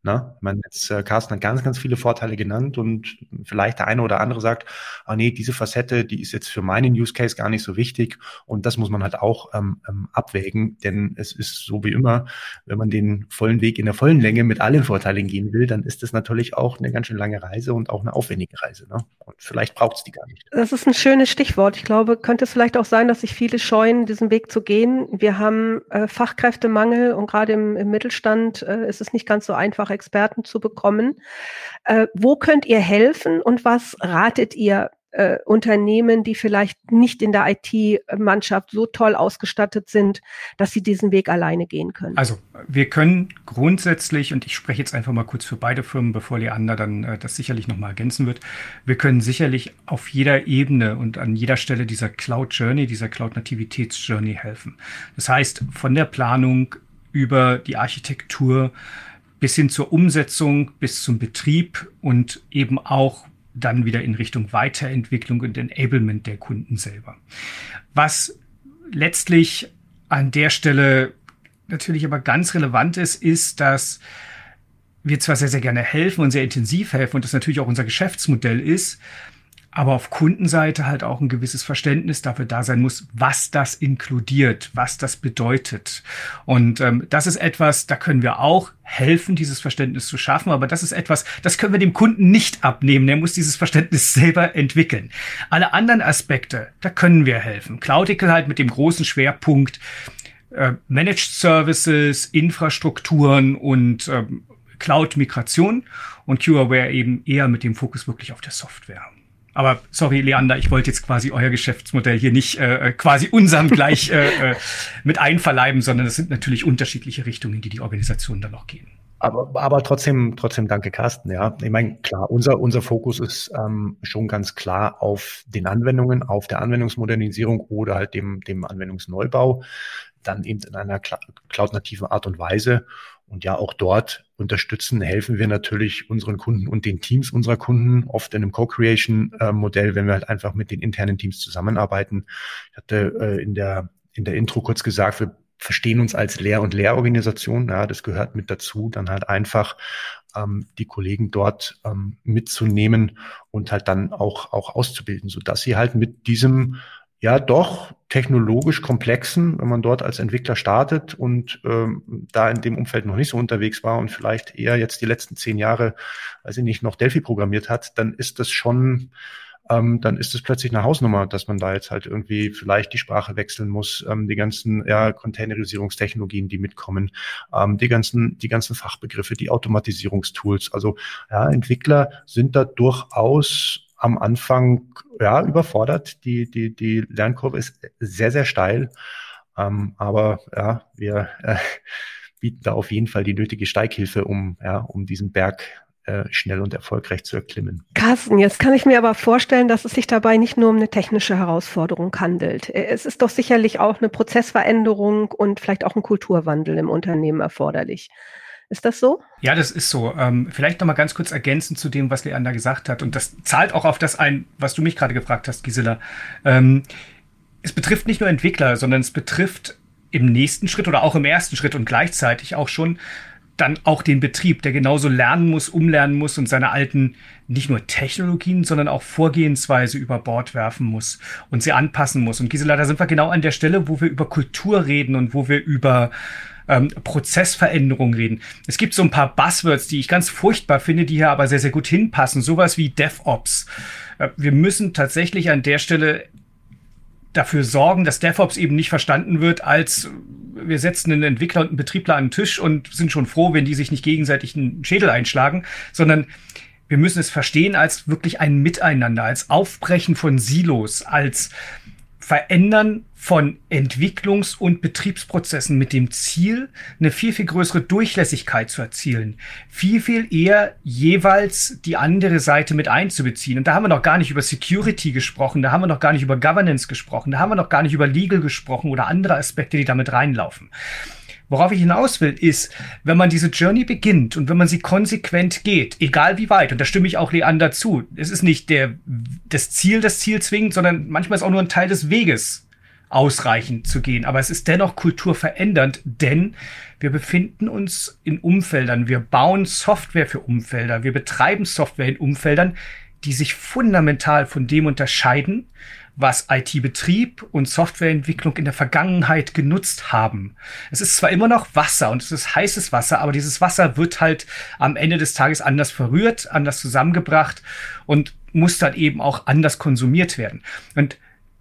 Ne? Ich meine, jetzt äh, Carsten hat ganz, ganz viele Vorteile genannt und vielleicht der eine oder andere sagt, ah nee, diese Facette, die ist jetzt für meinen Use Case gar nicht so wichtig und das muss man halt auch ähm, ähm, abwägen, denn es ist so wie immer, wenn man den vollen Weg in der vollen Länge mit allen Vorteilen gehen will, dann ist das natürlich auch eine ganz schön lange Reise und auch eine aufwendige Reise. Ne? Und vielleicht braucht es die gar nicht. Das ist ein schönes Stichwort. Ich glaube, könnte es vielleicht auch sein, dass sich viele scheuen, diesen Weg zu gehen. Wir haben äh, Fachkräftemangel und gerade im, im Mittelstand äh, ist es nicht ganz so einfach, Experten zu bekommen. Äh, wo könnt ihr helfen und was ratet ihr äh, Unternehmen, die vielleicht nicht in der I T-Mannschaft so toll ausgestattet sind, dass sie diesen Weg alleine gehen können? Also wir können grundsätzlich, und ich spreche jetzt einfach mal kurz für beide Firmen, bevor Leander dann äh, das sicherlich nochmal ergänzen wird, wir können sicherlich auf jeder Ebene und an jeder Stelle dieser Cloud-Journey, dieser Cloud-Nativitäts-Journey helfen. Das heißt, von der Planung über die Architektur bis hin zur Umsetzung, bis zum Betrieb und eben auch dann wieder in Richtung Weiterentwicklung und Enablement der Kunden selber. Was letztlich an der Stelle natürlich aber ganz relevant ist, ist, dass wir zwar sehr, sehr gerne helfen und sehr intensiv helfen und das natürlich auch unser Geschäftsmodell ist, aber auf Kundenseite halt auch ein gewisses Verständnis dafür da sein muss, was das inkludiert, was das bedeutet. Und ähm, das ist etwas, da können wir auch helfen, dieses Verständnis zu schaffen, aber das ist etwas, das können wir dem Kunden nicht abnehmen. Der muss dieses Verständnis selber entwickeln. Alle anderen Aspekte, da können wir helfen. Cloudical halt mit dem großen Schwerpunkt äh, Managed Services, Infrastrukturen und ähm, Cloud-Migration und QAware eben eher mit dem Fokus wirklich auf der Software. Aber sorry, Leander, ich wollte jetzt quasi euer Geschäftsmodell hier nicht äh, quasi unserem gleich äh, mit einverleiben, sondern es sind natürlich unterschiedliche Richtungen, die die Organisationen dann noch gehen. Aber, aber trotzdem, trotzdem danke, Carsten. Ja, ich meine, klar, unser, unser Fokus ist ähm, schon ganz klar auf den Anwendungen, auf der Anwendungsmodernisierung oder halt dem, dem Anwendungsneubau, dann eben in einer cloud-nativen Art und Weise. Und ja, auch dort unterstützen, helfen wir natürlich unseren Kunden und den Teams unserer Kunden, oft in einem Co-Creation-Modell, wenn wir halt einfach mit den internen Teams zusammenarbeiten. Ich hatte äh, in der in der Intro kurz gesagt, wir verstehen uns als Lehr- und Lehrorganisation. Ja, das gehört mit dazu, dann halt einfach ähm, die Kollegen dort ähm, mitzunehmen und halt dann auch auch auszubilden, sodass sie halt mit diesem ja doch technologisch komplexen, wenn man dort als Entwickler startet und ähm, da in dem Umfeld noch nicht so unterwegs war und vielleicht eher jetzt die letzten zehn Jahre, weiß ich nicht, noch Delphi programmiert hat, dann ist das schon, ähm, dann ist es plötzlich eine Hausnummer, dass man da jetzt halt irgendwie vielleicht die Sprache wechseln muss, ähm, die ganzen ja, Containerisierungstechnologien, die mitkommen, ähm, die ganzen, die ganzen Fachbegriffe, die Automatisierungstools. Also ja, Entwickler sind da durchaus am Anfang ja überfordert. Die die die Lernkurve ist sehr sehr steil, ähm, aber ja wir äh, bieten da auf jeden Fall die nötige Steighilfe, um ja um diesen Berg äh, schnell und erfolgreich zu erklimmen. Carsten, jetzt kann ich mir aber vorstellen, dass es sich dabei nicht nur um eine technische Herausforderung handelt. Es ist doch sicherlich auch eine Prozessveränderung und vielleicht auch ein Kulturwandel im Unternehmen erforderlich. Ist das so? Ja, das ist so. Ähm, vielleicht noch mal ganz kurz ergänzend zu dem, was Leander gesagt hat. Und das zahlt auch auf das ein, was du mich gerade gefragt hast, Gisela. Ähm, es betrifft nicht nur Entwickler, sondern es betrifft im nächsten Schritt oder auch im ersten Schritt und gleichzeitig auch schon dann auch den Betrieb, der genauso lernen muss, umlernen muss und seine alten nicht nur Technologien, sondern auch Vorgehensweise über Bord werfen muss und sie anpassen muss. Und Gisela, da sind wir genau an der Stelle, wo wir über Kultur reden und wo wir über Ähm, Prozessveränderungen reden. Es gibt so ein paar Buzzwords, die ich ganz furchtbar finde, die hier aber sehr, sehr gut hinpassen. Sowas wie DevOps. Äh, wir müssen tatsächlich an der Stelle dafür sorgen, dass DevOps eben nicht verstanden wird als wir setzen einen Entwickler und einen Betriebler an den Tisch und sind schon froh, wenn die sich nicht gegenseitig einen Schädel einschlagen, sondern wir müssen es verstehen als wirklich ein Miteinander, als Aufbrechen von Silos, als Verändern von Entwicklungs- und Betriebsprozessen mit dem Ziel, eine viel, viel größere Durchlässigkeit zu erzielen. Viel, viel eher jeweils die andere Seite mit einzubeziehen. Und da haben wir noch gar nicht über Security gesprochen, da haben wir noch gar nicht über Governance gesprochen, da haben wir noch gar nicht über Legal gesprochen oder andere Aspekte, die damit reinlaufen. Worauf ich hinaus will, ist, wenn man diese Journey beginnt und wenn man sie konsequent geht, egal wie weit, und da stimme ich auch Leander zu, es ist nicht der, das Ziel, das Ziel zwingend, sondern manchmal ist auch nur ein Teil des Weges ausreichend zu gehen. Aber es ist dennoch kulturverändernd, denn wir befinden uns in Umfeldern. Wir bauen Software für Umfelder. Wir betreiben Software in Umfeldern, die sich fundamental von dem unterscheiden, was I T-Betrieb und Softwareentwicklung in der Vergangenheit genutzt haben. Es ist zwar immer noch Wasser und es ist heißes Wasser, aber dieses Wasser wird halt am Ende des Tages anders verrührt, anders zusammengebracht und muss dann eben auch anders konsumiert werden. Und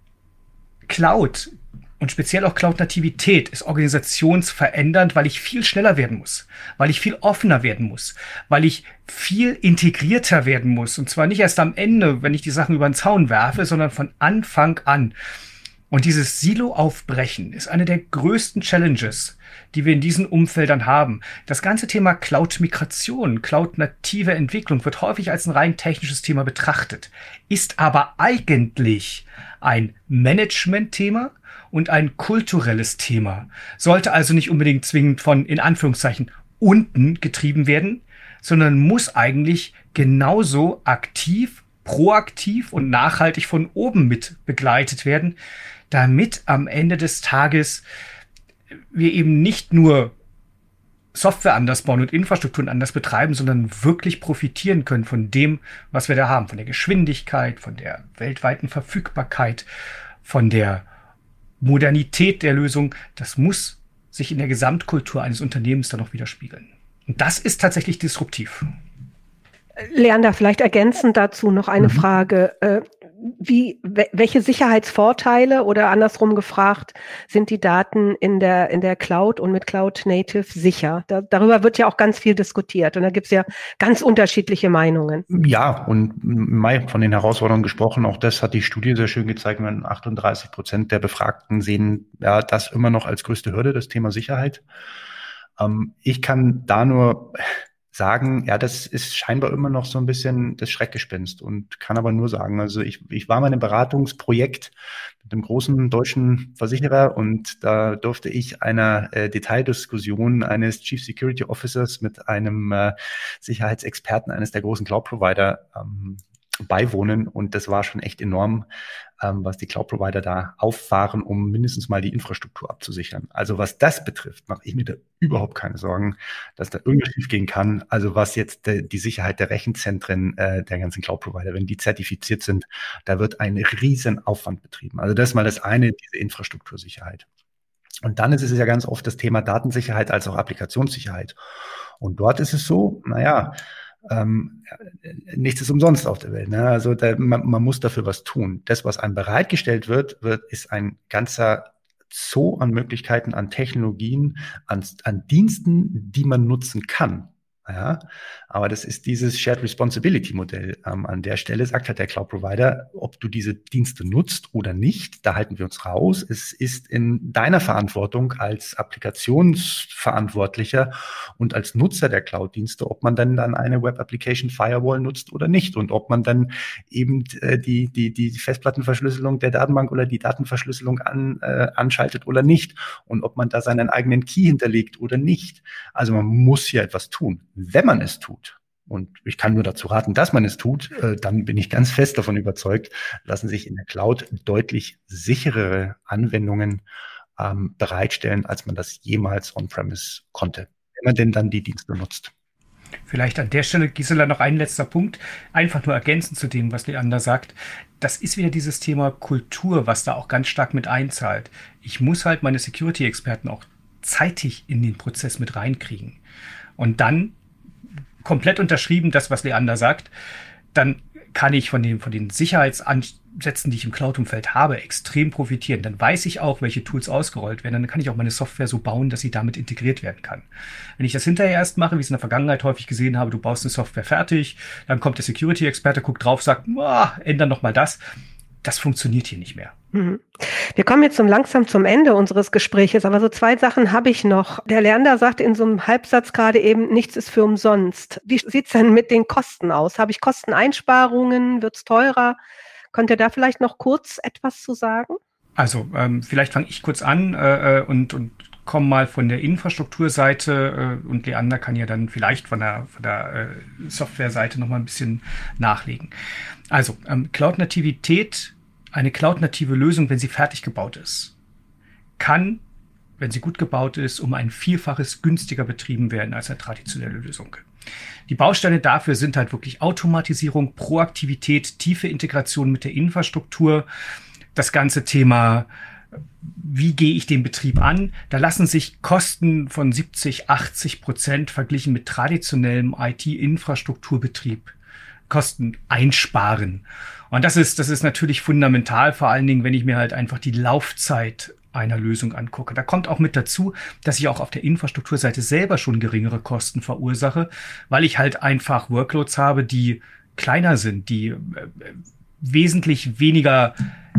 Cloud und speziell auch Cloud-Nativität ist organisationsverändernd, weil ich viel schneller werden muss, weil ich viel offener werden muss, weil ich viel integrierter werden muss. Und zwar nicht erst am Ende, wenn ich die Sachen über den Zaun werfe, sondern von Anfang an. Und dieses Silo-Aufbrechen ist eine der größten Challenges, die wir in diesen Umfeldern haben. Das ganze Thema Cloud-Migration, Cloud-native Entwicklung wird häufig als ein rein technisches Thema betrachtet, ist aber eigentlich ein Management-Thema und ein kulturelles Thema. Sollte also nicht unbedingt zwingend von, in Anführungszeichen, unten getrieben werden, sondern muss eigentlich genauso aktiv, proaktiv und nachhaltig von oben mit begleitet werden, damit am Ende des Tages wir eben nicht nur Software anders bauen und Infrastrukturen anders betreiben, sondern wirklich profitieren können von dem, was wir da haben, von der Geschwindigkeit, von der weltweiten Verfügbarkeit, von der Modernität der Lösung. Das muss sich in der Gesamtkultur eines Unternehmens dann noch widerspiegeln. Und das ist tatsächlich disruptiv. Leander, vielleicht ergänzend dazu noch eine mhm. Frage. Äh, wie, welche Sicherheitsvorteile oder andersrum gefragt sind die Daten in der, in der Cloud und mit Cloud Native sicher? Da, darüber wird ja auch ganz viel diskutiert und da gibt es ja ganz unterschiedliche Meinungen. Ja, und Mai von den Herausforderungen gesprochen, auch das hat die Studie sehr schön gezeigt, wenn achtunddreißig Prozent der Befragten sehen ja das immer noch als größte Hürde, das Thema Sicherheit. Ähm, ich kann da nur sagen, ja, das ist scheinbar immer noch so ein bisschen das Schreckgespenst und kann aber nur sagen, also ich, ich war mal in einem Beratungsprojekt mit einem großen deutschen Versicherer und da durfte ich einer äh, Detaildiskussion eines Chief Security Officers mit einem äh, Sicherheitsexperten eines der großen Cloud-Provider ähm, beiwohnen und das war schon echt enorm, ähm, was die Cloud-Provider da auffahren, um mindestens mal die Infrastruktur abzusichern. Also was das betrifft, mache ich mir da überhaupt keine Sorgen, dass da irgendwas schief gehen kann. Also was jetzt de, die Sicherheit der Rechenzentren äh, der ganzen Cloud-Provider, wenn die zertifiziert sind, da wird ein riesen Aufwand betrieben. Also das ist mal das eine, diese Infrastruktursicherheit. Und dann ist es ja ganz oft das Thema Datensicherheit als auch Applikationssicherheit. Und dort ist es so, naja, Ähm, nichts ist umsonst auf der Welt. Ne? Also da, man, man muss dafür was tun. Das, was einem bereitgestellt wird, wird ist ein ganzer Zoo an Möglichkeiten, an Technologien, an, an Diensten, die man nutzen kann. Ja, aber das ist dieses Shared Responsibility Modell. Ähm, an der Stelle sagt halt der Cloud Provider, ob du diese Dienste nutzt oder nicht, da halten wir uns raus. Es ist in deiner Verantwortung als Applikationsverantwortlicher und als Nutzer der Cloud-Dienste, ob man dann dann eine Web Application Firewall nutzt oder nicht und ob man dann eben äh, die die die Festplattenverschlüsselung der Datenbank oder die Datenverschlüsselung an, äh, anschaltet oder nicht und ob man da seinen eigenen Key hinterlegt oder nicht. Also man muss hier etwas tun. Wenn man es tut, und ich kann nur dazu raten, dass man es tut, äh, dann bin ich ganz fest davon überzeugt, lassen sich in der Cloud deutlich sicherere Anwendungen ähm, bereitstellen, als man das jemals on-premise konnte, wenn man denn dann die Dienste nutzt. Vielleicht an der Stelle, Gisela, noch ein letzter Punkt, einfach nur ergänzend zu dem, was Leander sagt. Das ist wieder dieses Thema Kultur, was da auch ganz stark mit einzahlt. Ich muss halt meine Security-Experten auch zeitig in den Prozess mit reinkriegen. Und dann komplett unterschrieben, das, was Leander sagt, dann kann ich von den, von den Sicherheitsansätzen, die ich im Cloud-Umfeld habe, extrem profitieren. Dann weiß ich auch, welche Tools ausgerollt werden. Dann kann ich auch meine Software so bauen, dass sie damit integriert werden kann. Wenn ich das hinterher erst mache, wie ich es in der Vergangenheit häufig gesehen habe, du baust eine Software fertig, dann kommt der Security-Experte, guckt drauf, sagt, ändern noch mal das. Das funktioniert hier nicht mehr. Wir kommen jetzt so langsam zum Ende unseres Gespräches, aber so zwei Sachen habe ich noch. Der Leander sagte in so einem Halbsatz gerade eben, nichts ist für umsonst. Wie sieht es denn mit den Kosten aus? Habe ich Kosteneinsparungen? Wird es teurer? Könnt ihr da vielleicht noch kurz etwas zu sagen? Also ähm, vielleicht fange ich kurz an äh, und, und komme mal von der Infrastrukturseite äh, und Leander kann ja dann vielleicht von der, von der äh, Softwareseite noch mal ein bisschen nachlegen. Also ähm, Cloud-Nativität, eine Cloud-native Lösung, wenn sie fertig gebaut ist, kann, wenn sie gut gebaut ist, um ein Vielfaches günstiger betrieben werden als eine traditionelle Lösung. Die Bausteine dafür sind halt wirklich Automatisierung, Proaktivität, tiefe Integration mit der Infrastruktur, das ganze Thema, wie gehe ich den Betrieb an? Da lassen sich Kosten von siebzig, achtzig Prozent verglichen mit traditionellem I T-Infrastrukturbetrieb Kosten einsparen. Und das ist, das ist natürlich fundamental, vor allen Dingen, wenn ich mir halt einfach die Laufzeit einer Lösung angucke. Da kommt auch mit dazu, dass ich auch auf der Infrastrukturseite selber schon geringere Kosten verursache, weil ich halt einfach Workloads habe, die kleiner sind, die äh, wesentlich weniger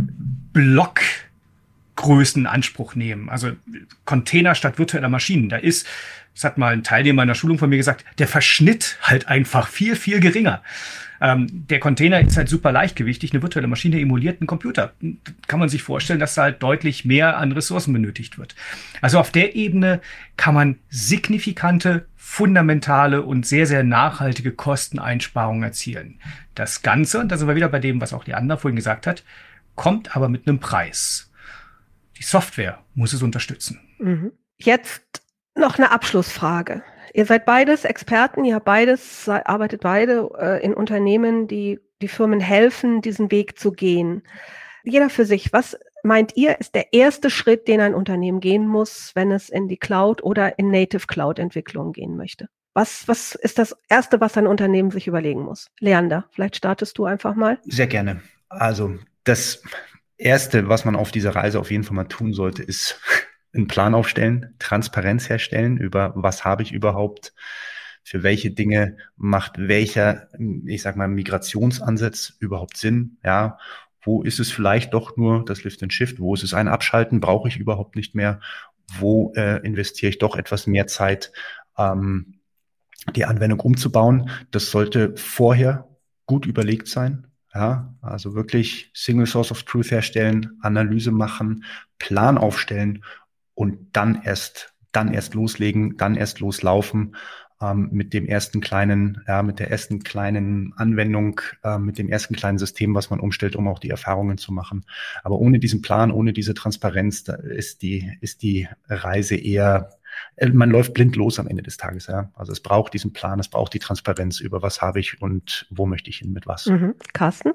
Blockgrößen in Anspruch nehmen. Also Container statt virtueller Maschinen. Da ist, das hat mal ein Teilnehmer in der Schulung von mir gesagt, der Verschnitt halt einfach viel, viel geringer. Ähm, der Container ist halt super leichtgewichtig. Eine virtuelle Maschine emuliert einen Computer. Kann man sich vorstellen, dass da halt deutlich mehr an Ressourcen benötigt wird. Also auf der Ebene kann man signifikante, fundamentale und sehr, sehr nachhaltige Kosteneinsparungen erzielen. Das Ganze, und da sind wir wieder bei dem, was auch die Anna vorhin gesagt hat, kommt aber mit einem Preis. Die Software muss es unterstützen. Mhm. Jetzt noch eine Abschlussfrage. Ihr seid beides Experten, ihr habt beides, arbeitet beide äh, in Unternehmen, die die Firmen helfen, diesen Weg zu gehen. Jeder für sich. Was meint ihr, ist der erste Schritt, den ein Unternehmen gehen muss, wenn es in die Cloud oder in Native Cloud Entwicklung gehen möchte? Was, was ist das Erste, was ein Unternehmen sich überlegen muss? Leander, vielleicht startest du einfach mal. Sehr gerne. Also das Erste, was man auf dieser Reise auf jeden Fall mal tun sollte, ist einen Plan aufstellen, Transparenz herstellen über was habe ich überhaupt, für welche Dinge macht welcher, ich sag mal, Migrationsansatz überhaupt Sinn, ja, wo ist es vielleicht doch nur das Lift and Shift, wo ist es ein Abschalten, brauche ich überhaupt nicht mehr, wo äh, investiere ich doch etwas mehr Zeit, ähm, die Anwendung umzubauen. Das sollte vorher gut überlegt sein. Ja, also wirklich Single Source of Truth herstellen, Analyse machen, Plan aufstellen und dann erst, dann erst loslegen, dann erst loslaufen ähm, mit dem ersten kleinen, ja, mit der ersten kleinen Anwendung, äh, mit dem ersten kleinen System, was man umstellt, um auch die Erfahrungen zu machen. Aber ohne diesen Plan, ohne diese Transparenz, da ist die, ist die Reise eher, äh, man läuft blind los am Ende des Tages. Ja, also es braucht diesen Plan, es braucht die Transparenz über was habe ich und wo möchte ich hin mit was. Mhm. Carsten?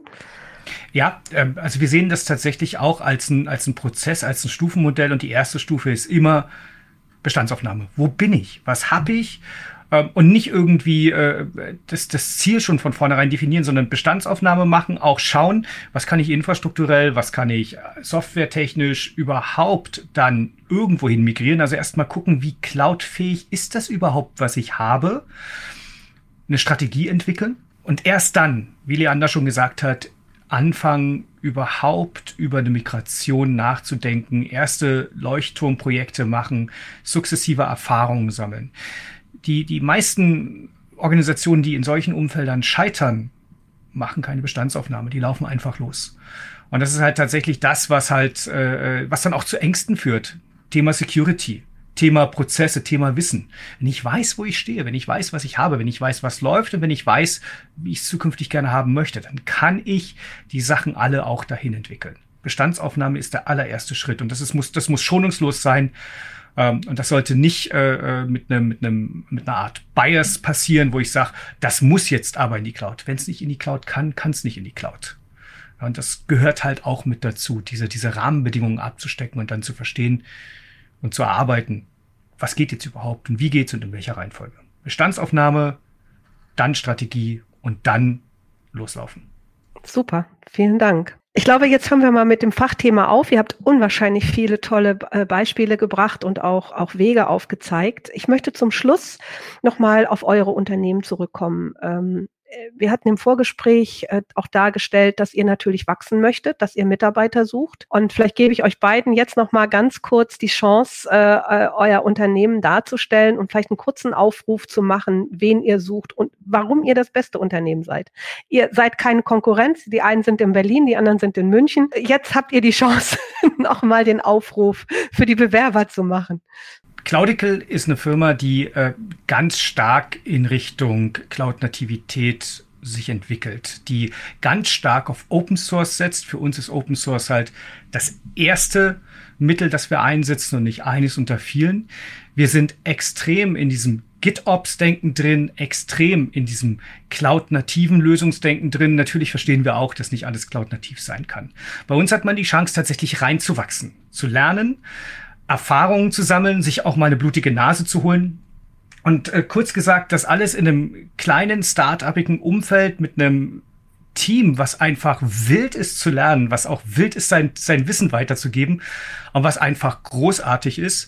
Ja, ähm, also wir sehen das tatsächlich auch als ein, als ein Prozess, als ein Stufenmodell und die erste Stufe ist immer Bestandsaufnahme. Wo bin ich? Was habe ich? Ähm, und nicht irgendwie äh, das, das Ziel schon von vornherein definieren, sondern Bestandsaufnahme machen, auch schauen, was kann ich infrastrukturell, was kann ich softwaretechnisch überhaupt dann irgendwohin migrieren. Also erstmal gucken, wie cloudfähig ist das überhaupt, was ich habe. Eine Strategie entwickeln und erst dann, wie Leander schon gesagt hat, anfangen, überhaupt über eine Migration nachzudenken, erste Leuchtturmprojekte machen, sukzessive Erfahrungen sammeln. Die, die meisten Organisationen, die in solchen Umfeldern scheitern, machen keine Bestandsaufnahme, die laufen einfach los. Und das ist halt tatsächlich das, was halt, äh, was dann auch zu Ängsten führt. Thema Security. Thema Prozesse, Thema Wissen. Wenn ich weiß, wo ich stehe, wenn ich weiß, was ich habe, wenn ich weiß, was läuft und wenn ich weiß, wie ich es zukünftig gerne haben möchte, dann kann ich die Sachen alle auch dahin entwickeln. Bestandsaufnahme ist der allererste Schritt und das ist, muss, das muss schonungslos sein. Ähm, und das sollte nicht äh, mit einem, mit einem, mit einer Art Bias passieren, wo ich sage, das muss jetzt aber in die Cloud. Wenn es nicht in die Cloud kann, kann es nicht in die Cloud. Ja, und das gehört halt auch mit dazu, diese, diese Rahmenbedingungen abzustecken und dann zu verstehen, und zu erarbeiten, was geht jetzt überhaupt und wie geht's und in welcher Reihenfolge. Bestandsaufnahme, dann Strategie und dann loslaufen. Super, vielen Dank. Ich glaube, jetzt hören wir mal mit dem Fachthema auf. Ihr habt unwahrscheinlich viele tolle äh, Beispiele gebracht und auch, auch Wege aufgezeigt. Ich möchte zum Schluss nochmal auf eure Unternehmen zurückkommen. Ähm, Wir hatten im Vorgespräch äh, auch dargestellt, dass ihr natürlich wachsen möchtet, dass ihr Mitarbeiter sucht. Und vielleicht gebe ich euch beiden jetzt noch mal ganz kurz die Chance, äh, euer Unternehmen darzustellen und vielleicht einen kurzen Aufruf zu machen, wen ihr sucht und warum ihr das beste Unternehmen seid. Ihr seid keine Konkurrenz. Die einen sind in Berlin, die anderen sind in München. Jetzt habt ihr die Chance, noch mal den Aufruf für die Bewerber zu machen. Cloudical ist eine Firma, die äh, ganz stark in Richtung Cloud-Nativität sich entwickelt, die ganz stark auf Open Source setzt. Für uns ist Open Source halt das erste Mittel, das wir einsetzen und nicht eines unter vielen. Wir sind extrem in diesem GitOps-Denken drin, extrem in diesem Cloud-nativen Lösungsdenken drin. Natürlich verstehen wir auch, dass nicht alles Cloud-nativ sein kann. Bei uns hat man die Chance, tatsächlich reinzuwachsen, zu lernen, Erfahrungen zu sammeln, sich auch mal eine blutige Nase zu holen. Und äh, kurz gesagt, das alles in einem kleinen, start-upigen Umfeld mit einem Team, was einfach wild ist zu lernen, was auch wild ist, sein, sein Wissen weiterzugeben und was einfach großartig ist.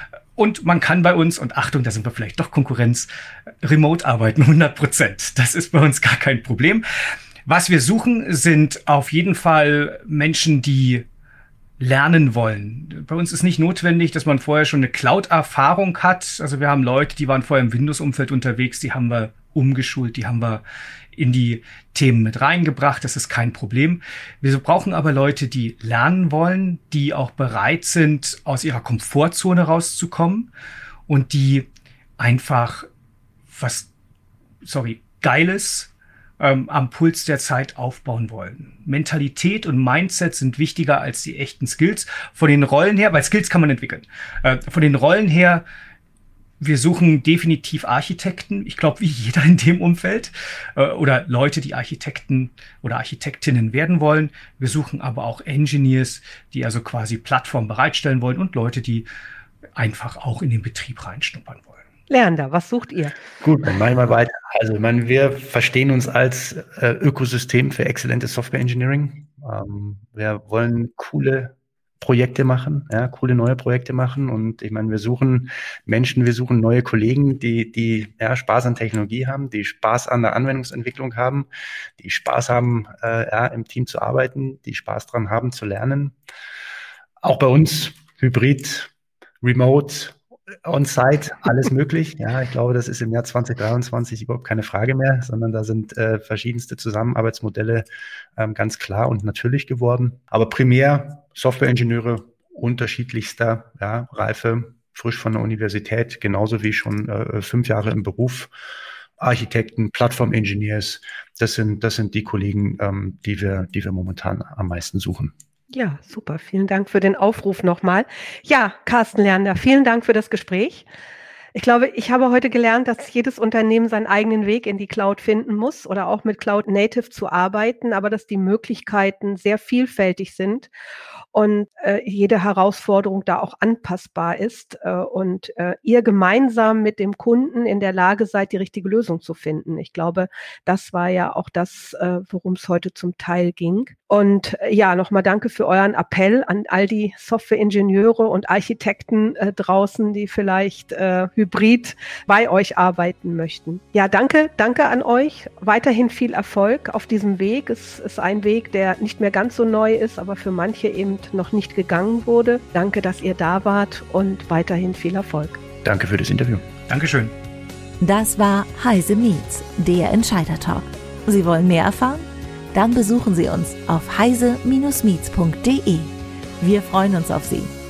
Und man kann bei uns, und Achtung, da sind wir vielleicht doch Konkurrenz, remote arbeiten, hundert Prozent. Das ist bei uns gar kein Problem. Was wir suchen, sind auf jeden Fall Menschen, die lernen wollen. Bei uns ist nicht notwendig, dass man vorher schon eine Cloud-Erfahrung hat. Also wir haben Leute, die waren vorher im Windows-Umfeld unterwegs, die haben wir umgeschult, die haben wir in die Themen mit reingebracht. Das ist kein Problem. Wir brauchen aber Leute, die lernen wollen, die auch bereit sind, aus ihrer Komfortzone rauszukommen und die einfach was, sorry, Geiles ähm, am Puls der Zeit aufbauen wollen. Mentalität und Mindset sind wichtiger als die echten Skills. Von den Rollen her, weil Skills kann man entwickeln. Äh, von den Rollen her, wir suchen definitiv Architekten, ich glaube, wie jeder in dem Umfeld, äh, oder Leute, die Architekten oder Architektinnen werden wollen. Wir suchen aber auch Engineers, die also quasi Plattformen bereitstellen wollen und Leute, die einfach auch in den Betrieb reinschnuppern wollen. Lernender, was sucht ihr? Gut, dann mache ich mal weiter. Also, ich meine, wir verstehen uns als äh, Ökosystem für exzellentes Software Engineering. Ähm, wir wollen coole Projekte machen, ja, coole neue Projekte machen. Und ich meine, wir suchen Menschen, wir suchen neue Kollegen, die, die ja, Spaß an Technologie haben, die Spaß an der Anwendungsentwicklung haben, die Spaß haben, äh, ja, im Team zu arbeiten, die Spaß dran haben, zu lernen. Auch bei uns Hybrid, Remote, On-Site, alles möglich. Ja, ich glaube, das ist im Jahr zwanzig dreiundzwanzig überhaupt keine Frage mehr, sondern da sind äh, verschiedenste Zusammenarbeitsmodelle ähm, ganz klar und natürlich geworden. Aber primär Softwareingenieure unterschiedlichster ja, Reife, frisch von der Universität, genauso wie schon äh, fünf Jahre im Beruf. Architekten, Plattform-Engineers, das sind, das sind die Kollegen, ähm, die wir, die wir momentan am meisten suchen. Ja, super. Vielen Dank für den Aufruf nochmal. Ja, Carsten Lernender, vielen Dank für das Gespräch. Ich glaube, ich habe heute gelernt, dass jedes Unternehmen seinen eigenen Weg in die Cloud finden muss oder auch mit Cloud Native zu arbeiten, aber dass die Möglichkeiten sehr vielfältig sind und äh, jede Herausforderung da auch anpassbar ist äh, und äh, ihr gemeinsam mit dem Kunden in der Lage seid, die richtige Lösung zu finden. Ich glaube, das war ja auch das, äh, worum es heute zum Teil ging. Und äh, ja, nochmal danke für euren Appell an all die Softwareingenieure und Architekten äh, draußen, die vielleicht äh, hybrid bei euch arbeiten möchten. Ja, danke, danke an euch. Weiterhin viel Erfolg auf diesem Weg. Es ist ein Weg, der nicht mehr ganz so neu ist, aber für manche eben noch nicht gegangen wurde. Danke, dass ihr da wart und weiterhin viel Erfolg. Danke für das Interview. Dankeschön. Das war Heise Meets, der Entscheider-Talk. Sie wollen mehr erfahren? Dann besuchen Sie uns auf heise Bindestrich meets punkt de. Wir freuen uns auf Sie.